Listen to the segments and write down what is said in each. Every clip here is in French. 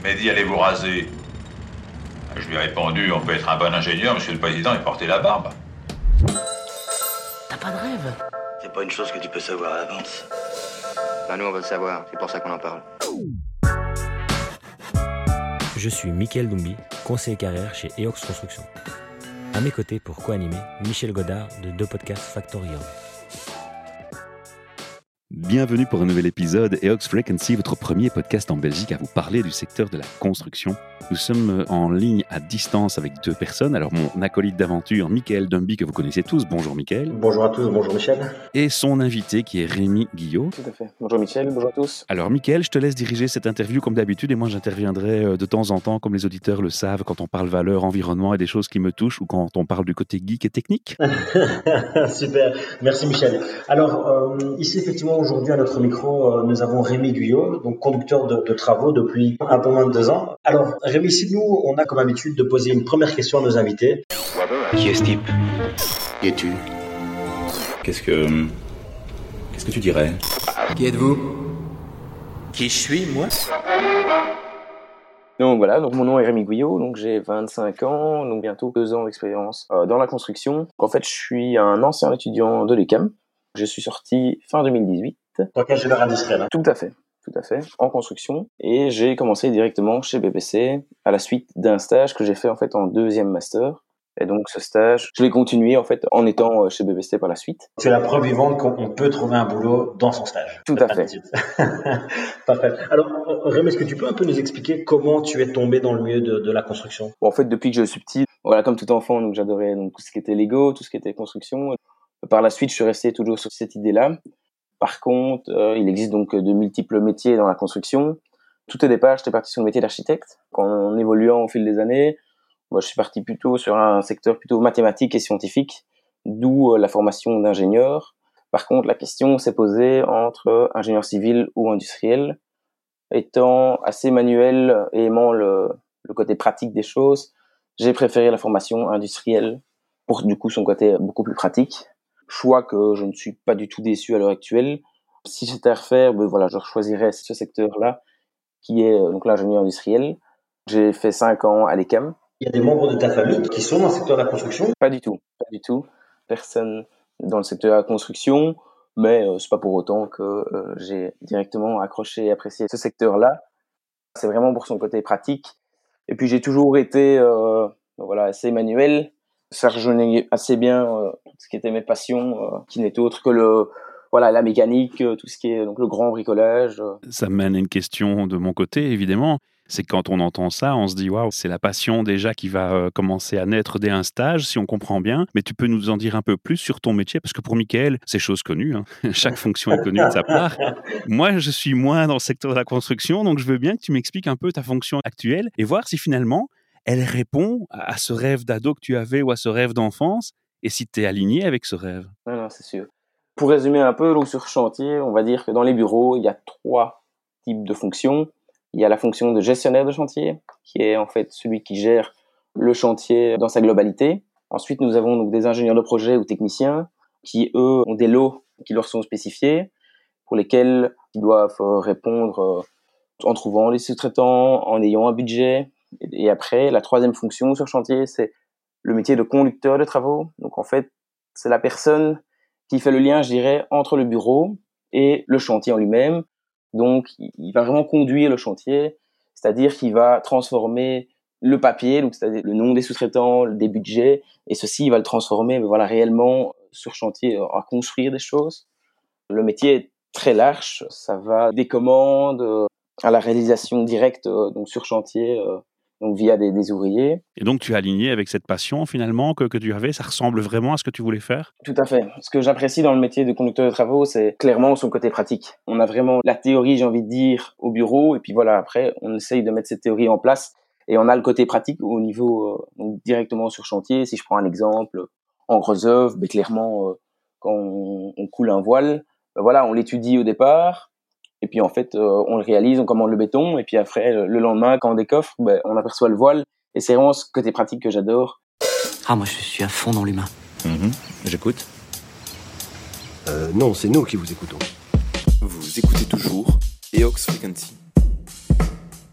Mehdi, allez vous raser. Je lui ai répondu, on peut être un bon ingénieur, monsieur le président, et porter la barbe. T'as pas de rêve? C'est pas une chose que tu peux savoir à l'avance. Ben nous on veut le savoir, c'est pour ça qu'on en parle. Je suis Mickaël Doumbi, conseiller carrière chez EOX Construction. À mes côtés pour co-animer, Michel Godard de deux podcasts Factorial. Bienvenue pour un nouvel épisode EOX Frequency, votre premier podcast en Belgique à vous parler du secteur de la construction. Nous sommes en ligne à distance avec deux personnes. Alors mon acolyte d'aventure, Mickaël Doumbi, que vous connaissez tous. Bonjour Mickaël. Bonjour à tous, bonjour Michel. Et son invité qui est Rémi Guillot. Tout à fait. Bonjour Michel, bonjour à tous. Alors Mickaël, je te laisse diriger cette interview comme d'habitude et moi j'interviendrai de temps en temps, comme les auditeurs le savent, quand on parle valeur, environnement et des choses qui me touchent ou quand on parle du côté geek et technique. Super, merci Michel. Alors ici effectivement aujourd'hui à notre micro, nous avons Rémi Guillot, donc conducteur de travaux depuis un peu moins de 2 ans. Alors Rémi, ici nous, on a comme habitude de poser une première question à nos invités. Qui est ce type? Qui es-tu? Qu'est-ce que tu dirais? Qui êtes-vous? Qui je suis, moi? Donc voilà, donc mon nom est Rémi Guillot, donc j'ai 25 ans, donc bientôt 2 ans d'expérience dans la construction. En fait, je suis un ancien étudiant de l'ECAM. Je suis sorti fin 2018. Dans quel général industriel, hein? Tout à fait, en construction. Et j'ai commencé directement chez BBC à la suite d'un stage que j'ai fait en fait en 2e master. Et donc ce stage, je l'ai continué en fait en étant chez BBC par la suite. C'est la preuve vivante qu'on peut trouver un boulot dans son stage. Tout à fait. Parfait. Alors Rémi, est-ce que tu peux un peu nous expliquer comment tu es tombé dans le milieu de la construction? Bon, en fait, depuis que je suis petit, voilà, comme tout enfant, donc j'adorais donc tout ce qui était Lego, tout ce qui était construction. Par la suite, je suis resté toujours sur cette idée-là. Par contre, il existe donc de multiples métiers dans la construction. Tout au départ, j'étais parti sur le métier d'architecte. En évoluant au fil des années, moi, je suis parti plutôt sur un secteur plutôt mathématique et scientifique, d'où la formation d'ingénieur. Par contre, la question s'est posée entre ingénieur civil ou industriel. Étant assez manuel et aimant le côté pratique des choses, j'ai préféré la formation industrielle pour du coup son côté beaucoup plus pratique. Choix que je ne suis pas du tout déçu à l'heure actuelle. Si c'était à refaire, voilà, je choisirais ce secteur-là, qui est donc l'ingénieur industriel. J'ai fait 5 ans à l'ECAM. Il y a des membres de ta famille qui sont dans le secteur de la construction? Pas du tout. Personne dans le secteur de la construction, mais c'est pas pour autant que j'ai directement accroché et apprécié ce secteur-là. C'est vraiment pour son côté pratique. Et puis j'ai toujours été voilà, assez manuel. Ça rejoignait assez bien tout ce qui était mes passions, qui n'est autre que la mécanique, tout ce qui est donc le grand bricolage. Ça mène à une question de mon côté, évidemment. C'est que quand on entend ça, on se dit « Waouh, c'est la passion déjà qui va commencer à naître dès un stage, si on comprend bien. » Mais tu peux nous en dire un peu plus sur ton métier, parce que pour Mickaël, c'est chose connue. Hein. Chaque fonction est connue de sa part. Moi, je suis moins dans le secteur de la construction, donc je veux bien que tu m'expliques un peu ta fonction actuelle et voir si finalement, elle répond à ce rêve d'ado que tu avais ou à ce rêve d'enfance, et si tu es aligné avec ce rêve. Non, c'est sûr. Pour résumer un peu, donc sur chantier, on va dire que dans les bureaux, il y a 3 types de fonctions. Il y a la fonction de gestionnaire de chantier, qui est en fait celui qui gère le chantier dans sa globalité. Ensuite, nous avons donc des ingénieurs de projet ou techniciens qui, eux, ont des lots qui leur sont spécifiés, pour lesquels ils doivent répondre en trouvant les sous-traitants, en ayant un budget. Et après, la 3e fonction sur chantier, c'est le métier de conducteur de travaux. Donc en fait, c'est la personne qui fait le lien, je dirais, entre le bureau et le chantier en lui-même. Donc, il va vraiment conduire le chantier, c'est-à-dire qu'il va transformer le papier, donc c'est-à-dire le nom des sous-traitants, des budgets, et ceci, il va le transformer, réellement sur chantier, à construire des choses. Le métier est très large, ça va des commandes à la réalisation directe, donc sur chantier, donc via des ouvriers. Et donc, tu es aligné avec cette passion, finalement, que tu avais? Ça ressemble vraiment à ce que tu voulais faire? Tout à fait. Ce que j'apprécie dans le métier de conducteur de travaux, c'est clairement son côté pratique. On a vraiment la théorie, j'ai envie de dire, au bureau, et puis voilà, après, on essaye de mettre cette théorie en place, et on a le côté pratique au niveau, donc directement sur chantier. Si je prends un exemple, en gros œuvre, clairement, quand on coule un voile, voilà, on l'étudie au départ, et puis en fait, on le réalise, on commande le béton, et puis après, le lendemain, quand on décoffre, on aperçoit le voile, et c'est vraiment ce côté pratique que j'adore. Ah, moi je suis à fond dans l'humain. J'écoute. Non, c'est nous qui vous écoutons. Vous écoutez toujours EOX Frequency.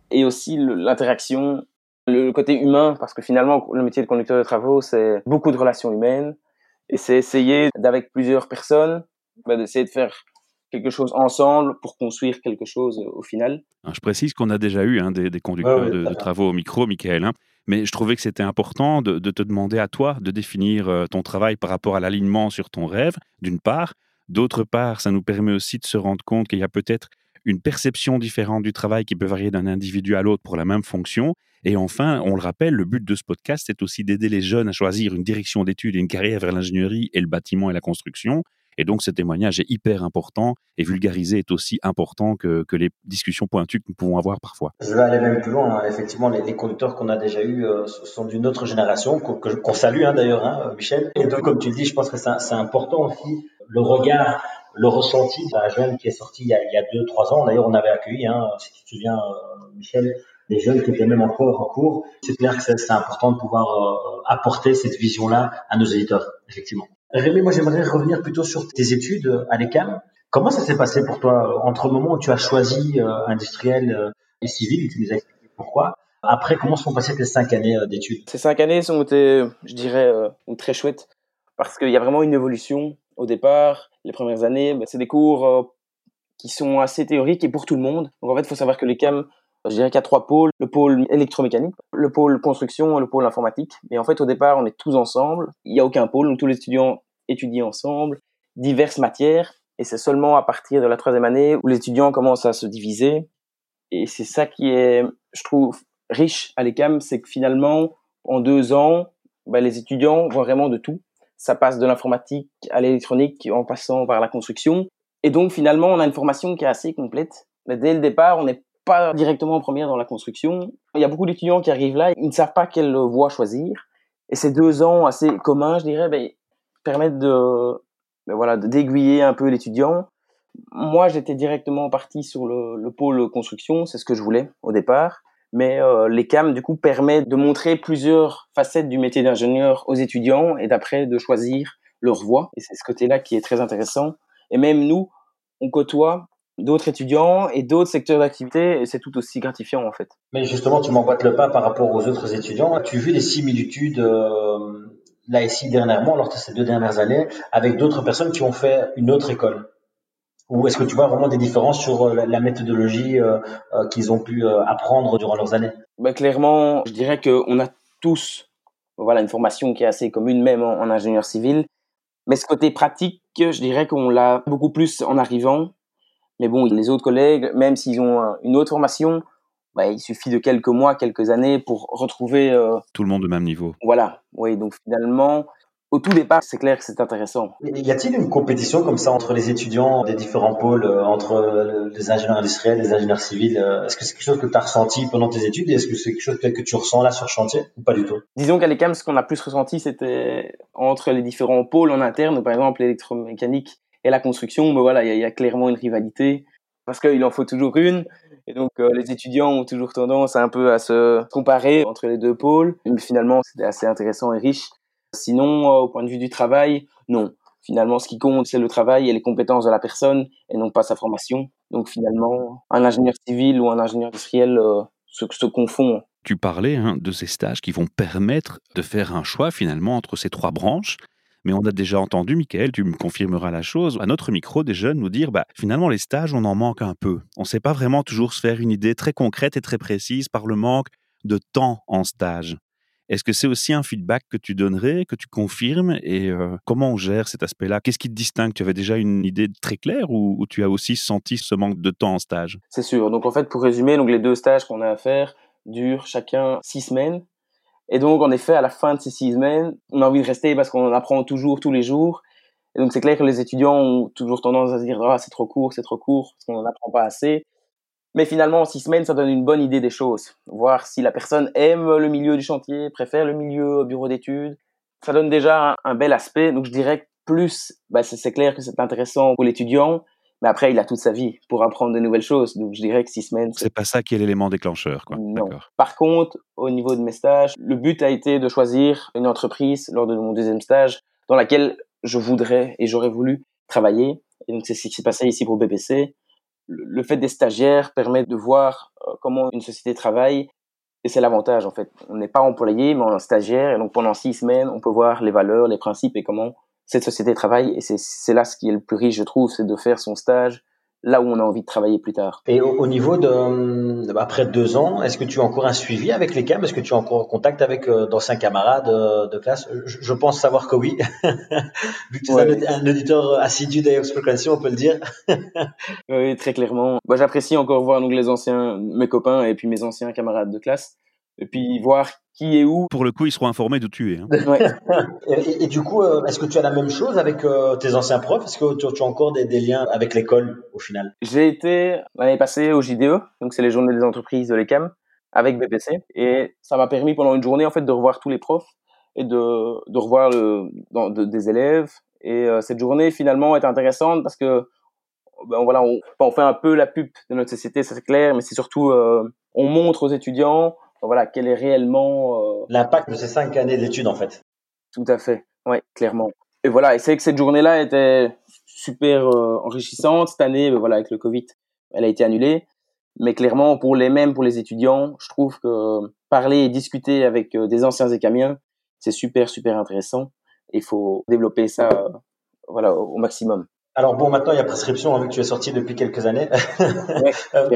et aussi l'interaction, le côté humain, parce que finalement, le métier de conducteur de travaux, c'est beaucoup de relations humaines, et c'est essayer d'avec plusieurs personnes, d'essayer de faire quelque chose ensemble pour construire quelque chose au final. Alors, je précise qu'on a déjà eu des conducteurs Ouais, de travaux au micro, Michael, hein, mais je trouvais que c'était important de te demander à toi de définir ton travail par rapport à l'alignement sur ton rêve, d'une part. D'autre part, ça nous permet aussi de se rendre compte qu'il y a peut-être une perception différente du travail qui peut varier d'un individu à l'autre pour la même fonction. Et enfin, on le rappelle, le but de ce podcast, c'est aussi d'aider les jeunes à choisir une direction d'études et une carrière vers l'ingénierie et le bâtiment et la construction. Et donc, ce témoignage est hyper important et vulgariser est aussi important que les discussions pointues que nous pouvons avoir parfois. Je vais aller même plus loin, hein. Effectivement, les conducteurs qu'on a déjà eus sont d'une autre génération, qu'on salue d'ailleurs, Michel. Et donc, comme tu le dis, je pense que c'est important aussi le regard, le ressenti d'un jeune qui est sorti il y a 2-3 ans. D'ailleurs, on avait accueilli, si tu te souviens, Michel, des jeunes qui étaient même encore en cours. C'est clair que c'est important de pouvoir apporter cette vision-là à nos éditeurs, effectivement. Rémi, moi, j'aimerais revenir plutôt sur tes études à l'ECAM. Comment ça s'est passé pour toi entre le moment où tu as choisi industriel et civil, tu nous as expliqué pourquoi. Après, comment sont passées tes 5 années d'études? Ces 5 années ont été, je dirais, très chouettes, parce qu'il y a vraiment une évolution. Au départ, les premières années, c'est des cours qui sont assez théoriques et pour tout le monde. Donc en fait, il faut savoir que l'ECAM, je dirais qu'il y a 3 pôles. Le pôle électromécanique, le pôle construction et le pôle informatique. Et en fait, au départ, on est tous ensemble. Il n'y a aucun pôle, donc tous les étudiants étudient ensemble, diverses matières. Et c'est seulement à partir de la 3e année où les étudiants commencent à se diviser. Et c'est ça qui est, je trouve, riche à l'ECAM, c'est que finalement, en 2 ans, les étudiants voient vraiment de tout. Ça passe de l'informatique à l'électronique en passant par la construction. Et donc, finalement, on a une formation qui est assez complète. Mais dès le départ, on n'est pas directement en première dans la construction. Il y a beaucoup d'étudiants qui arrivent là, ils ne savent pas quelle voie choisir. Et ces 2 ans assez communs, je dirais, permettent d'aiguiller un peu l'étudiant. Moi, j'étais directement parti sur le pôle construction, c'est ce que je voulais au départ. Mais l'ECAM, du coup, permet de montrer plusieurs facettes du métier d'ingénieur aux étudiants et d'après de choisir leur voie. Et c'est ce côté-là qui est très intéressant. Et même nous, on côtoie d'autres étudiants et d'autres secteurs d'activité et c'est tout aussi gratifiant en fait. Mais justement, tu m'emboîtes le pas par rapport aux autres étudiants. As-tu vu des similitudes là ici dernièrement, lors de ces 2 dernières années, avec d'autres personnes qui ont fait une autre école? Ou est-ce que tu vois vraiment des différences sur la méthodologie qu'ils ont pu apprendre durant leurs années? Clairement, je dirais qu'on a tous une formation qui est assez commune, même en ingénieur civil. Mais ce côté pratique, je dirais qu'on l'a beaucoup plus en arrivant. Mais bon, les autres collègues, même s'ils ont une autre formation, il suffit de quelques mois, quelques années pour retrouver... Tout le monde au même niveau. Voilà, oui, donc finalement... Au tout départ, c'est clair que c'est intéressant. Y a-t-il une compétition comme ça entre les étudiants des différents pôles, entre les ingénieurs industriels, les ingénieurs civils? Est-ce que c'est quelque chose que tu as ressenti pendant tes études et est-ce que c'est quelque chose que tu ressens là sur chantier ou pas du tout? Disons qu'à l'ECAM, ce qu'on a plus ressenti, c'était entre les différents pôles en interne, par exemple l'électromécanique et la construction. Il y a clairement une rivalité parce qu'il en faut toujours une. Et donc, les étudiants ont toujours tendance un peu à se comparer entre les 2 pôles. Mais finalement, c'était assez intéressant et riche. Sinon, au point de vue du travail, non. Finalement, ce qui compte, c'est le travail et les compétences de la personne et non pas sa formation. Donc finalement, un ingénieur civil ou un ingénieur industriel se confond. Tu parlais de ces stages qui vont permettre de faire un choix finalement entre ces 3 branches. Mais on a déjà entendu, Michael, tu me confirmeras la chose, à notre micro, des jeunes nous dire finalement, les stages, on en manque un peu. On ne sait pas vraiment toujours se faire une idée très concrète et très précise par le manque de temps en stage. Est-ce que c'est aussi un feedback que tu donnerais, que tu confirmes et comment on gère cet aspect-là? Qu'est-ce qui te distingue? Tu avais déjà une idée très claire ou tu as aussi senti ce manque de temps en stage? C'est sûr. Donc en fait, pour résumer, les 2 stages qu'on a à faire durent chacun 6 semaines. Et donc, en effet, à la fin de ces 6 semaines, on a envie de rester parce qu'on en apprend toujours, tous les jours. Et donc, c'est clair que les étudiants ont toujours tendance à se dire « Ah, c'est trop court, parce qu'on n'en apprend pas assez ». Mais finalement, en 6 semaines, ça donne une bonne idée des choses. Voir si la personne aime le milieu du chantier, préfère le milieu bureau d'études. Ça donne déjà un bel aspect. Donc, je dirais que plus, c'est clair que c'est intéressant pour l'étudiant. Mais après, il a toute sa vie pour apprendre de nouvelles choses. Donc, je dirais que 6 semaines... C'est pas ça qui est l'élément déclencheur, quoi. Non. D'accord. Par contre, au niveau de mes stages, le but a été de choisir une entreprise lors de mon 2e stage dans laquelle je voudrais et j'aurais voulu travailler. Et donc, c'est ce qui s'est passé ici pour BPC. Le fait des stagiaires permet de voir comment une société travaille. Et c'est l'avantage, en fait. On n'est pas employé, mais on est stagiaire. Et donc, pendant 6 semaines, on peut voir les valeurs, les principes et comment cette société travaille. Et c'est là ce qui est le plus riche, je trouve, c'est de faire son stage là où on a envie de travailler plus tard. Et au niveau après 2 ans, est-ce que tu as encore un suivi avec les CAM? Est-ce que tu es encore en contact avec d'anciens camarades de classe? Je pense savoir que oui. Vu que tu es un auditeur assidu d'Ayox Frequency, on peut le dire. Oui, très clairement. J'apprécie encore voir donc mes copains et puis mes anciens camarades de classe. Et puis voir qui est où. Pour le coup, ils seront informés d'où tu es. Hein. Ouais. Et du coup, est-ce que tu as la même chose avec tes anciens profs? Est-ce que tu as encore des liens avec l'école au final? J'ai été l'année passée au JDE, donc c'est les journées des entreprises de l'ECAM, avec BPC. Et ça m'a permis pendant une journée en fait de revoir tous les profs et de revoir des élèves. Et cette journée finalement est intéressante parce que voilà, on fait un peu la pub de notre société, ça c'est clair, mais c'est surtout on montre aux étudiants voilà quel est réellement l'impact de ces 5 années d'études en fait. Tout à fait, ouais, clairement. Et voilà, et c'est que cette journée-là était super enrichissante. Cette année, voilà, avec le Covid, elle a été annulée. Mais clairement, pour les étudiants, je trouve que parler et discuter avec des anciens écamiens, c'est super, super intéressant. Et il faut développer ça voilà, au maximum. Alors bon, maintenant il y a prescription, vu que tu es sorti depuis quelques années. Ouais,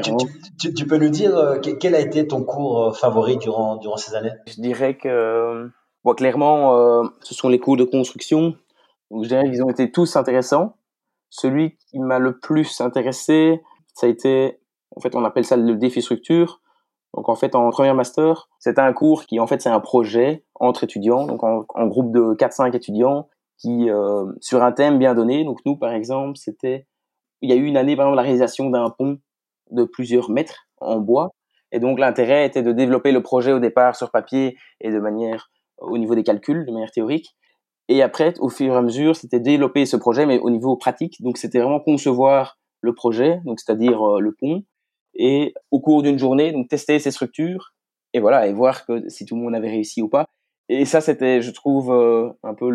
tu peux nous dire quel a été ton cours favori durant ces années? Je dirais que clairement, ce sont les cours de construction. Donc je dirais qu'ils ont été tous intéressants. Celui qui m'a le plus intéressé, ça a été, en fait, on appelle ça le défi structure. Donc en fait, en première master, c'est un cours qui, en fait, c'est un projet entre étudiants, donc en groupe de 4-5 étudiants, qui sur un thème bien donné. Donc nous, par exemple, il y a eu une année, par exemple, la réalisation d'un pont de plusieurs mètres en bois. Et donc l'intérêt était de développer le projet au départ sur papier et de manière au niveau des calculs, de manière théorique. Et après, au fur et à mesure, c'était développer ce projet, mais au niveau pratique. Donc c'était vraiment concevoir le projet, donc c'est-à-dire le pont, et au cours d'une journée, donc tester ces structures et voilà, et voir que si tout le monde avait réussi ou pas. Et ça, c'était, je trouve, un peu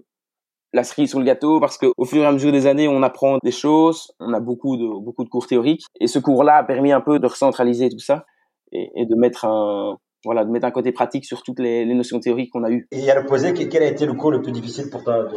la cerise sur le gâteau, parce que au fur et à mesure des années, on apprend des choses, on a beaucoup de cours théoriques, et ce cours-là a permis un peu de recentraliser tout ça et de mettre un côté pratique sur toutes les notions théoriques qu'on a eues. Et à l'opposé, quel a été le cours le plus difficile pour toi?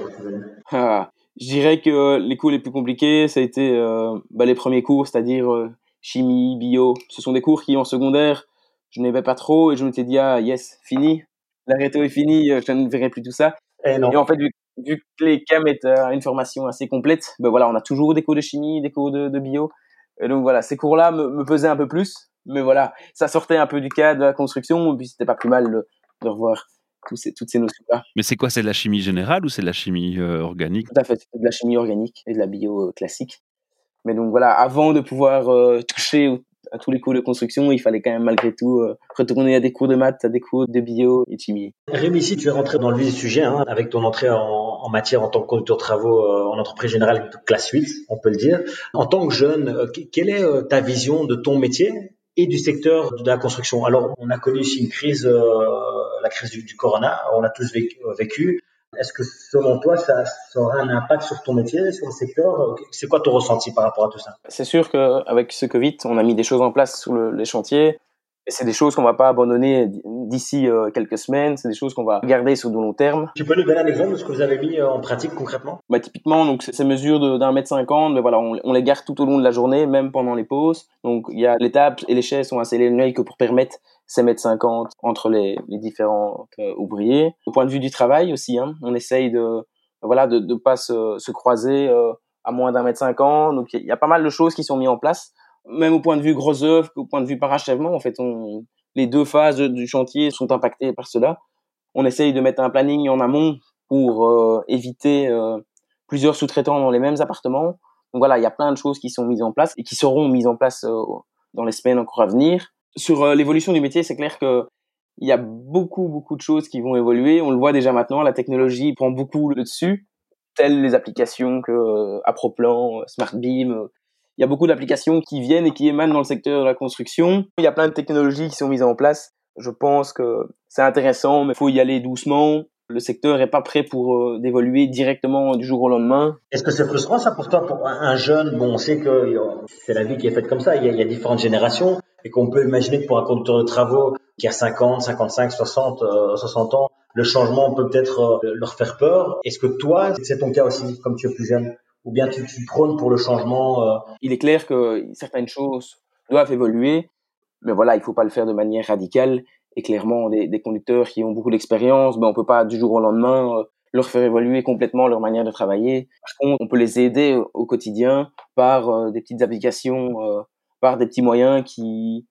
Je dirais que les cours les plus compliqués, ça a été les premiers cours, c'est-à-dire chimie, bio. Ce sont des cours qui, en secondaire, je n'aimais pas trop, et je m'étais dit, ah yes, fini, la réto est finie, je ne verrai plus tout ça. Et en fait, vu que les CAM est une formation assez complète, voilà, on a toujours des cours de chimie, des cours de bio. Et donc voilà, ces cours-là me pesaient un peu plus, mais voilà, ça sortait un peu du cadre de la construction, et puis c'était pas plus mal de revoir toutes ces notions-là. Mais c'est quoi? C'est de la chimie générale ou c'est de la chimie organique? Tout à fait, c'est de la chimie organique et de la bio classique. Mais donc voilà, avant de pouvoir toucher à tous les cours de construction, il fallait quand même malgré tout retourner à des cours de maths, à des cours de bio et de chimie. Rémi, ici tu es rentré dans le vif du sujet avec ton entrée en matière en tant que conducteur de travaux en entreprise générale classe 8, on peut le dire. En tant que jeune, quelle est ta vision de ton métier et du secteur de la construction? Alors, on a connu ici une crise, la crise du corona, on a tous vécu. Est-ce que selon toi, ça aura un impact sur ton métier, sur le secteur? C'est quoi ton ressenti par rapport à tout ça? C'est sûr qu'avec ce Covid, on a mis des choses en place sur les chantiers. Et c'est des choses qu'on va pas abandonner d'ici quelques semaines. C'est des choses qu'on va garder sur de long terme. Tu peux nous donner un exemple de ce que vous avez mis en pratique concrètement? Typiquement, donc ces mesures d'1,50 m, mais voilà, on les garde tout au long de la journée, même pendant les pauses. Donc il y a les tables et les chaises sont assez éloignées que pour permettre ces 1,50 m entre les différents ouvriers. Au point de vue du travail aussi, on essaye de pas se croiser à moins d'1,50 m. Donc il y a pas mal de choses qui sont mises en place. Même au point de vue gros œuvre qu'au point de vue parachèvement, en fait, les deux phases du chantier sont impactées par cela. On essaye de mettre un planning en amont pour éviter plusieurs sous-traitants dans les mêmes appartements. Donc voilà, il y a plein de choses qui sont mises en place et qui seront mises en place dans les semaines encore à venir. Sur l'évolution du métier, c'est clair que il y a beaucoup de choses qui vont évoluer. On le voit déjà maintenant, la technologie prend beaucoup le dessus, telles les applications que Approplan, SmartBeam. Il y a beaucoup d'applications qui viennent et qui émanent dans le secteur de la construction. Il y a plein de technologies qui sont mises en place. Je pense que c'est intéressant, mais il faut y aller doucement. Le secteur n'est pas prêt pour d'évoluer directement du jour au lendemain. Est-ce que c'est frustrant ça pour toi, pour un jeune? Bon, on sait que c'est la vie qui est faite comme ça, il y a différentes générations. et qu'on peut imaginer que pour un conducteur de travaux qui a 50, 55, 60, 60 ans, le changement peut peut-être leur faire peur. Est-ce que toi, c'est ton cas aussi, comme tu es plus jeune? Ou bien tu prônes pour le changement Il est clair que certaines choses doivent évoluer, mais voilà, il faut pas le faire de manière radicale. Et clairement, des conducteurs qui ont beaucoup d'expérience, on peut pas du jour au lendemain leur faire évoluer complètement leur manière de travailler. Par contre, on peut les aider au quotidien par des petites applications, par des petits moyens qui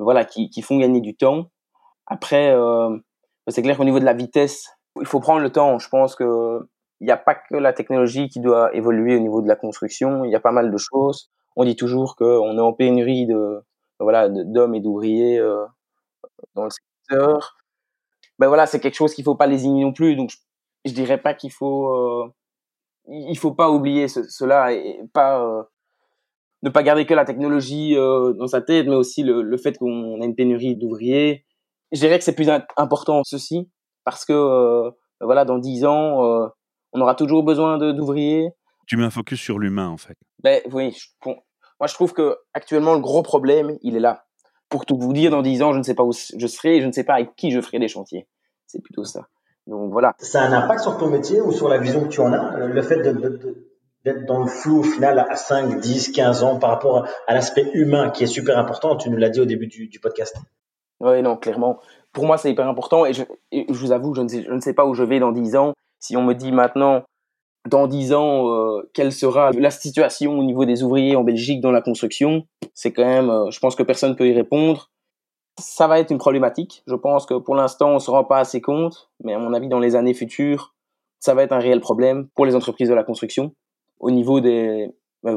font gagner du temps. Après, c'est clair qu'au niveau de la vitesse, il faut prendre le temps. Je pense que il n'y a pas que la technologie qui doit évoluer au niveau de la construction. Il y a pas mal de choses. On dit toujours qu'on est en pénurie d'hommes et d'ouvriers dans le secteur. C'est quelque chose qu'il faut pas lésigner non plus. Donc, je dirais pas qu'il faut, il faut pas oublier cela et pas ne pas garder que la technologie dans sa tête, mais aussi le fait qu'on a une pénurie d'ouvriers. Je dirais que c'est plus important ceci parce que dans 10 ans, on aura toujours besoin d'ouvriers. Tu mets un focus sur l'humain, en fait. Oui, moi je trouve que actuellement le gros problème, il est là. Pour tout vous dire, dans 10 ans, je ne sais pas où je serai et je ne sais pas avec qui je ferai des chantiers. C'est plutôt ça. Donc voilà. Ça a un impact sur ton métier ou sur la vision que tu en as, le fait d'être dans le flou au final à 5, 10, 15 ans par rapport à l'aspect humain qui est super important, tu nous l'as dit au début du podcast. Oui, non, clairement. Pour moi, c'est hyper important et je vous avoue, je ne sais pas où je vais dans 10 ans. Si on me dit maintenant, dans 10 ans, quelle sera la situation au niveau des ouvriers en Belgique dans la construction, c'est quand même, je pense que personne ne peut y répondre. Ça va être une problématique. Je pense que pour l'instant, on ne se rend pas assez compte, mais à mon avis, dans les années futures, ça va être un réel problème pour les entreprises de la construction. Au niveau des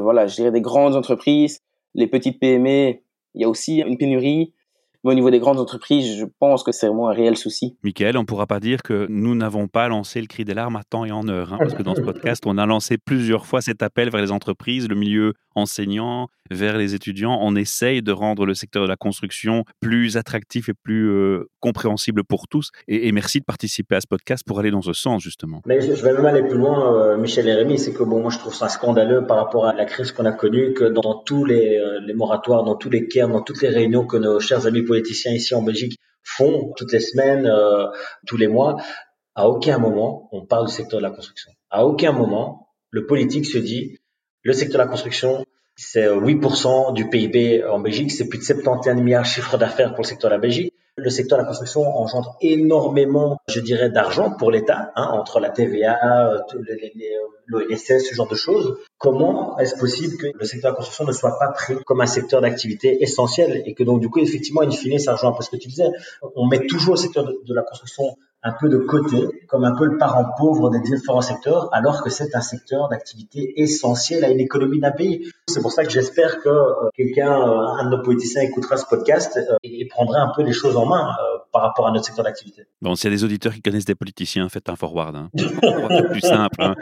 grandes entreprises, les petites PME, il y a aussi une pénurie. Mais au niveau des grandes entreprises, je pense que c'est vraiment un réel souci. Michael, on ne pourra pas dire que nous n'avons pas lancé le cri des larmes à temps et en heure, parce que dans ce podcast, on a lancé plusieurs fois cet appel vers les entreprises, le milieu enseignant, vers les étudiants. On essaye de rendre le secteur de la construction plus attractif et plus compréhensible pour tous. Et merci de participer à ce podcast pour aller dans ce sens, justement. Mais je vais même aller plus loin, Michel et Rémi, c'est que moi je trouve ça scandaleux par rapport à la crise qu'on a connue, que dans tous les moratoires, dans tous les cairns, dans toutes les réunions que nos chers amis politiciens ici en Belgique font toutes les semaines, tous les mois, à aucun moment on parle du secteur de la construction. À aucun moment le politique se dit le secteur de la construction, c'est 8% du PIB en Belgique, c'est plus de 71 milliards de chiffre d'affaires pour le secteur de la Belgique. Le secteur de la construction engendre énormément, je dirais, d'argent pour l'État, entre la TVA, l'ONSS, ce genre de choses. Comment est-ce possible que le secteur de la construction ne soit pas pris comme un secteur d'activité essentiel et que donc du coup, effectivement, in fine, ça rejoint un peu ce que tu disais. On met toujours le secteur de la construction un peu de côté, comme un peu le parent pauvre des différents secteurs, alors que c'est un secteur d'activité essentiel à une économie d'un pays. C'est pour ça que j'espère que un de nos politiciens écoutera ce podcast et prendra un peu les choses en main par rapport à notre secteur d'activité. Bon, s'il y a des auditeurs qui connaissent des politiciens, faites un forward. C'est plus simple.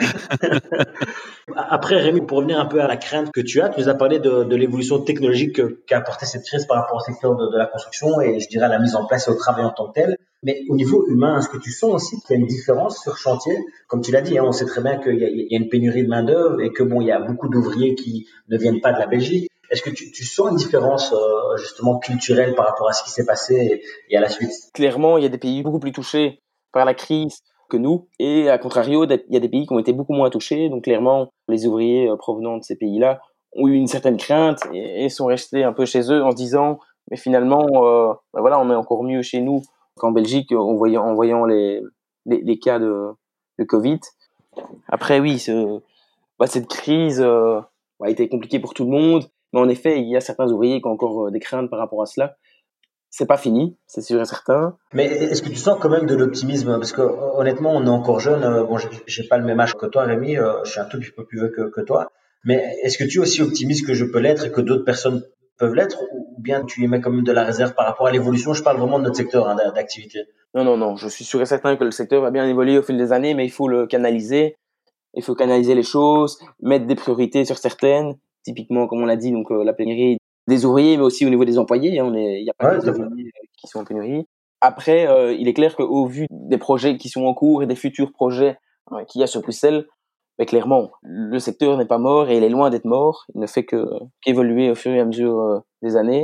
Après, Rémi, pour revenir un peu à la crainte que tu nous as parlé de l'évolution technologique qu'a apporté cette crise par rapport au secteur de la construction et je dirais à la mise en place et au travail en tant que tel. Mais au niveau humain, est-ce que tu sens aussi qu'il y a une différence sur chantier? Comme tu l'as dit, on sait très bien qu'il y a une pénurie de main-d'œuvre et que il y a beaucoup d'ouvriers qui ne viennent pas de la Belgique. Est-ce que tu sens une différence justement culturelle par rapport à ce qui s'est passé et à la suite? Clairement, il y a des pays beaucoup plus touchés par la crise que nous. Et à contrario, il y a des pays qui ont été beaucoup moins touchés. Donc clairement, les ouvriers provenant de ces pays-là ont eu une certaine crainte et sont restés un peu chez eux en se disant mais finalement, on est encore mieux chez nous qu'en Belgique en voyant les cas de Covid. Après, oui, cette crise a été compliquée pour tout le monde. Mais en effet, il y a certains ouvriers qui ont encore des craintes par rapport à cela. C'est pas fini, c'est sûr et certain. Mais est-ce que tu sens quand même de l'optimisme? Parce que honnêtement, on est encore jeune. J'ai pas le même âge que toi, Rémi. Je suis un tout petit peu plus vieux que toi. Mais est-ce que tu es aussi optimiste que je peux l'être et que d'autres personnes peuvent l'être, ou bien tu y mets quand même de la réserve par rapport à l'évolution? Je parle vraiment de notre secteur d'activité. Non. Je suis sûr et certain que le secteur va bien évoluer au fil des années, mais il faut le canaliser. Il faut canaliser les choses, mettre des priorités sur certaines. Typiquement, comme on l'a dit, donc la pénurie des ouvriers, mais aussi au niveau des employés. Il n'y a pas que des ouvriers qui sont en pénurie. Après, il est clair qu'au vu des projets qui sont en cours et des futurs projets qu'il y a sur Bruxelles, mais clairement, le secteur n'est pas mort et il est loin d'être mort. Il ne fait qu'évoluer au fur et à mesure des années.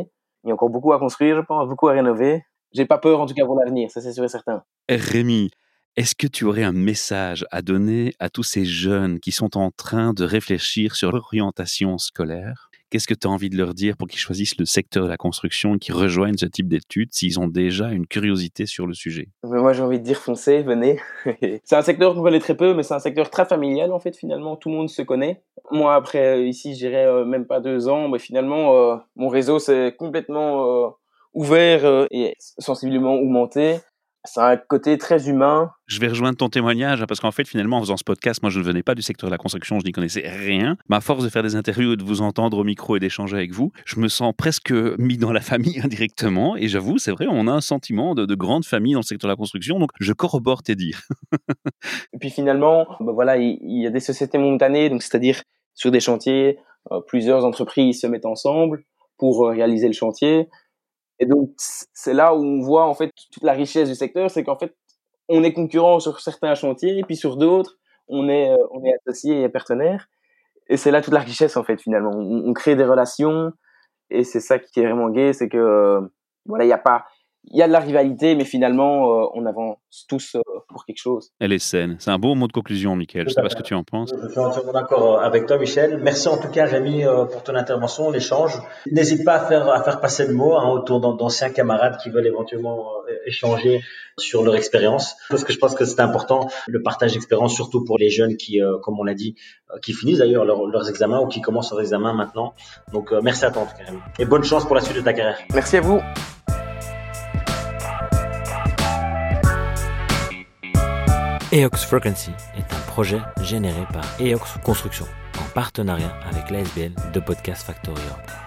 Il y a encore beaucoup à construire, je pense, beaucoup à rénover. J'ai pas peur, en tout cas, pour l'avenir, ça c'est sûr et certain. Rémi, est-ce que tu aurais un message à donner à tous ces jeunes qui sont en train de réfléchir sur l'orientation scolaire ? Qu'est-ce que tu as envie de leur dire pour qu'ils choisissent le secteur de la construction et qu'ils rejoignent ce type d'études s'ils ont déjà une curiosité sur le sujet ? Moi, j'ai envie de dire foncez, venez. C'est un secteur qu'on connaît très peu, mais c'est un secteur très familial, en fait, finalement. Tout le monde se connaît. Moi, après, ici, je dirais même pas 2 ans, mais finalement, mon réseau s'est complètement ouvert et sensiblement augmenté. C'est un côté très humain. Je vais rejoindre ton témoignage parce qu'en fait, finalement, en faisant ce podcast, moi, je ne venais pas du secteur de la construction, je n'y connaissais rien. Mais à force de faire des interviews et de vous entendre au micro et d'échanger avec vous, je me sens presque mis dans la famille indirectement. Et j'avoue, c'est vrai, on a un sentiment de grande famille dans le secteur de la construction. Donc, je corrobore tes dires. Et puis finalement, voilà, il y a des sociétés momentanées, donc c'est-à-dire sur des chantiers, plusieurs entreprises se mettent ensemble pour réaliser le chantier. Et donc, c'est là où on voit en fait toute la richesse du secteur, c'est qu'en fait, on est concurrent sur certains chantiers, et puis sur d'autres, on est associé et partenaire. Et c'est là toute la richesse en fait finalement. On crée des relations, et c'est ça qui est vraiment gai, c'est que voilà, il y a de la rivalité, mais finalement, on avance tous pour quelque chose. Elle est saine. C'est un beau mot de conclusion, Mickaël. Je ne sais pas ce que tu en penses. Je suis entièrement d'accord avec toi, Michel. Merci en tout cas, Rémi, pour ton intervention, l'échange. N'hésite pas à faire passer le mot autour d'anciens camarades qui veulent éventuellement échanger sur leur expérience. Parce que je pense que c'est important, le partage d'expérience, surtout pour les jeunes qui, comme on l'a dit, qui finissent d'ailleurs leurs examens ou qui commencent leurs examens maintenant. Donc, merci à toi en tout cas, Rémi. Et bonne chance pour la suite de ta carrière. Merci à vous. EOX Frequency est un projet généré par EOX Construction en partenariat avec l'ASBL de Podcast Factory Europe.